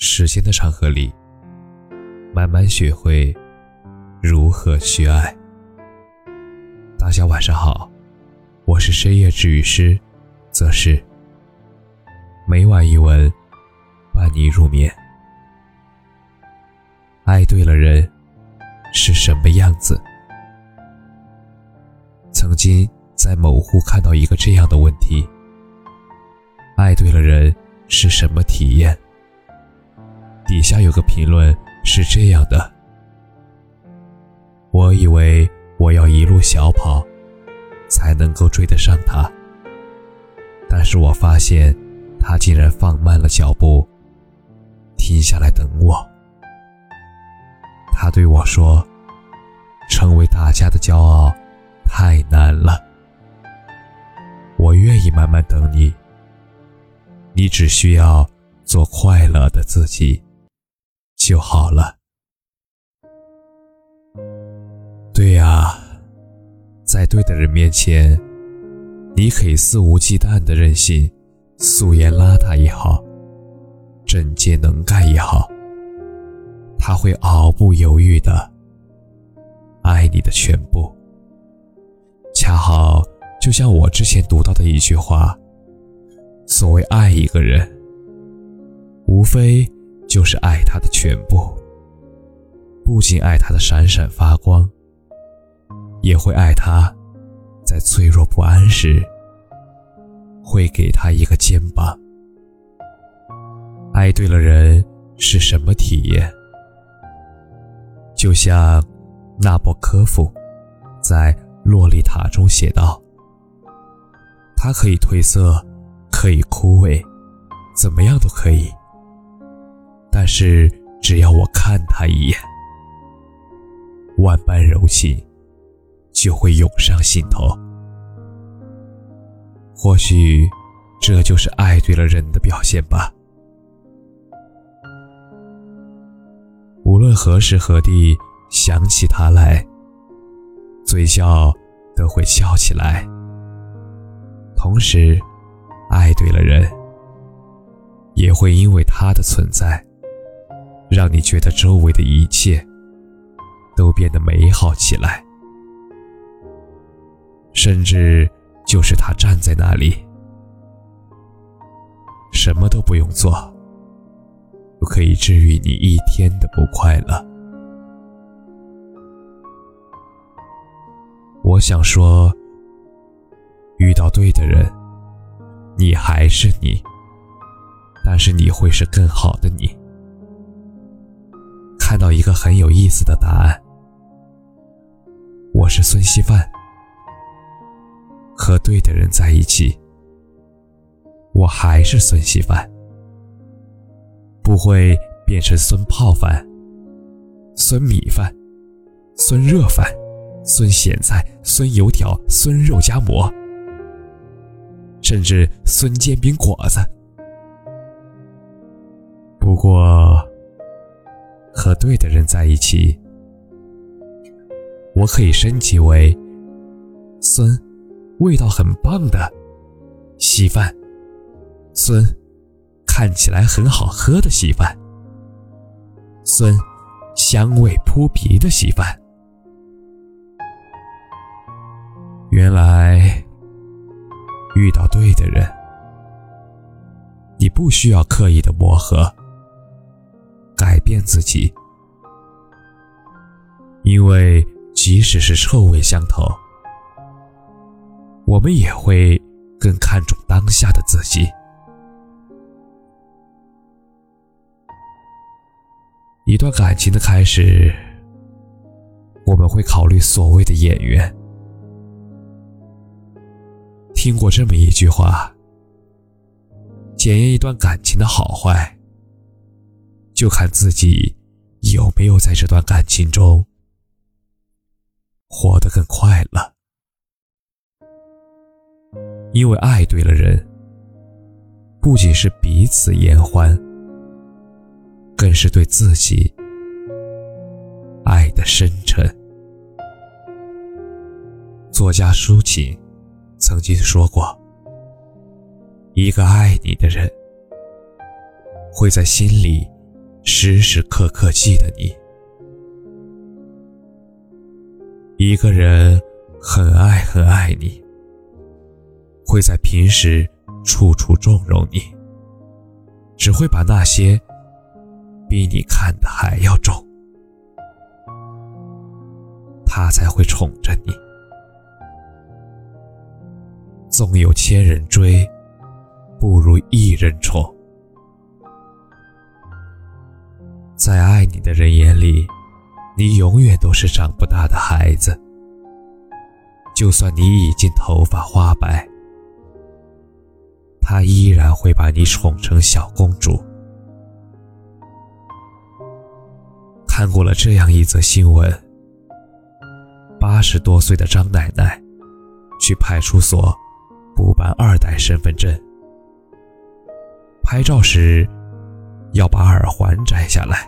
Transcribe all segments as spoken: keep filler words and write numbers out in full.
时间的长河里，慢慢学会如何去爱。大家晚上好，我是深夜治愈师则是每晚一文伴你入眠。爱对了人是什么样子？曾经在某乎看到一个这样的问题：爱对了人是什么体验？底下有个评论是这样的：我以为我要一路小跑才能够追得上他，但是我发现他竟然放慢了脚步，停下来等我。他对我说，成为大家的骄傲太难了，我愿意慢慢等你，你只需要做快乐的自己就好了。对呀，在对的人面前，你可以肆无忌惮的任性，素颜邋遢也好，整洁能干也好，他会毫不犹豫的爱你的全部。恰好就像我之前读到的一句话，所谓爱一个人，无非就是爱他的全部，不仅爱他的闪闪发光，也会爱他在脆弱不安时会给他一个肩膀。爱对了人是什么体验？就像纳博科夫在洛丽塔中写道，它可以褪色，可以枯萎，怎么样都可以，但是只要我看他一眼，万般柔情就会涌上心头。或许这就是爱对了人的表现吧。无论何时何地想起他来，嘴角都会笑起来。同时爱对了人，也会因为他的存在，让你觉得周围的一切都变得美好起来。甚至就是他站在那里，什么都不用做，就可以治愈你一天的不快乐。我想说，遇到对的人，你还是你，但是你会是更好的你。看到一个很有意思的答案，我是孙稀饭，和对的人在一起，我还是孙稀饭，不会变成孙泡饭、孙米饭、孙热饭、孙咸菜、孙油条、孙肉夹馍，甚至孙煎饼果子。不过和对的人在一起，我可以升级为孙味道很棒的稀饭，孙看起来很好喝的稀饭，孙香味扑鼻的稀饭。原来遇到对的人，你不需要刻意的磨合改变自己，因为即使是臭味相投，我们也会更看重当下的自己。一段感情的开始，我们会考虑所谓的眼缘。听过这么一句话，检验一段感情的好坏，就看自己有没有在这段感情中活得更快乐。因为爱对了人，不仅是彼此言欢，更是对自己爱的深沉。作家舒淇曾经说过，一个爱你的人会在心里时时刻刻记得你。一个人很爱很爱你，会在平时处处纵容你，只会把那些比你看的还要重，他才会宠着你。纵有千人追，不如一人宠。在爱你的人眼里，你永远都是长不大的孩子，就算你已经头发花白，他依然会把你宠成小公主。看过了这样一则新闻，八十多岁的张奶奶去派出所补办二代身份证，拍照时要把耳环摘下来。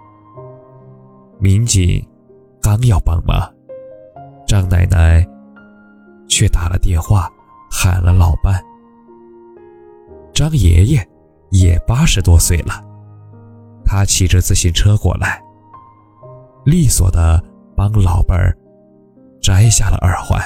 民警刚要帮忙，张奶奶却打了电话喊了老伴。张爷爷也八十多岁了，他骑着自行车过来，利索地帮老伴儿摘下了耳环。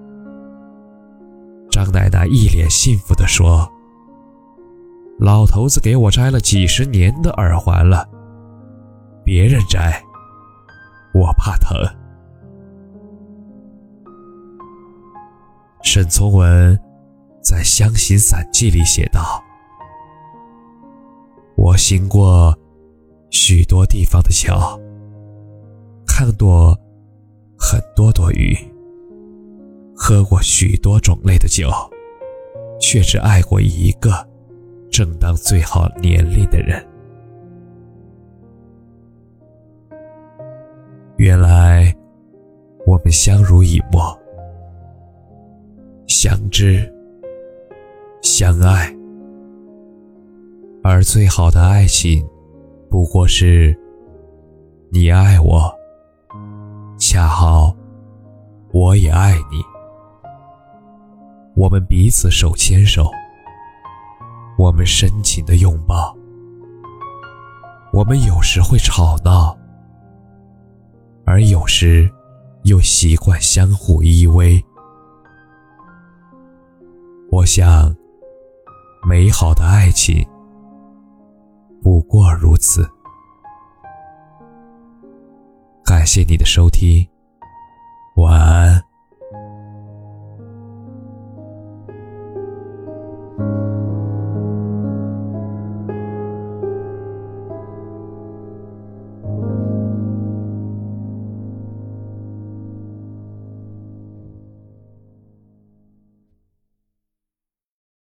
张奶奶一脸幸福地说：老头子给我摘了几十年的耳环了，别人摘我怕疼。沈从文在《湘行散记》里写道：我行过许多地方的桥，看过很多朵鱼，喝过许多种类的酒，却只爱过一个正当最好年龄的人。原来我们相濡以沫，相知相爱，而最好的爱情不过是你爱我，恰好我也爱你，我们彼此手牵手，我们深情的拥抱，我们有时会吵闹，而有时又习惯相互依偎。我想，美好的爱情不过如此。感谢你的收听，晚安。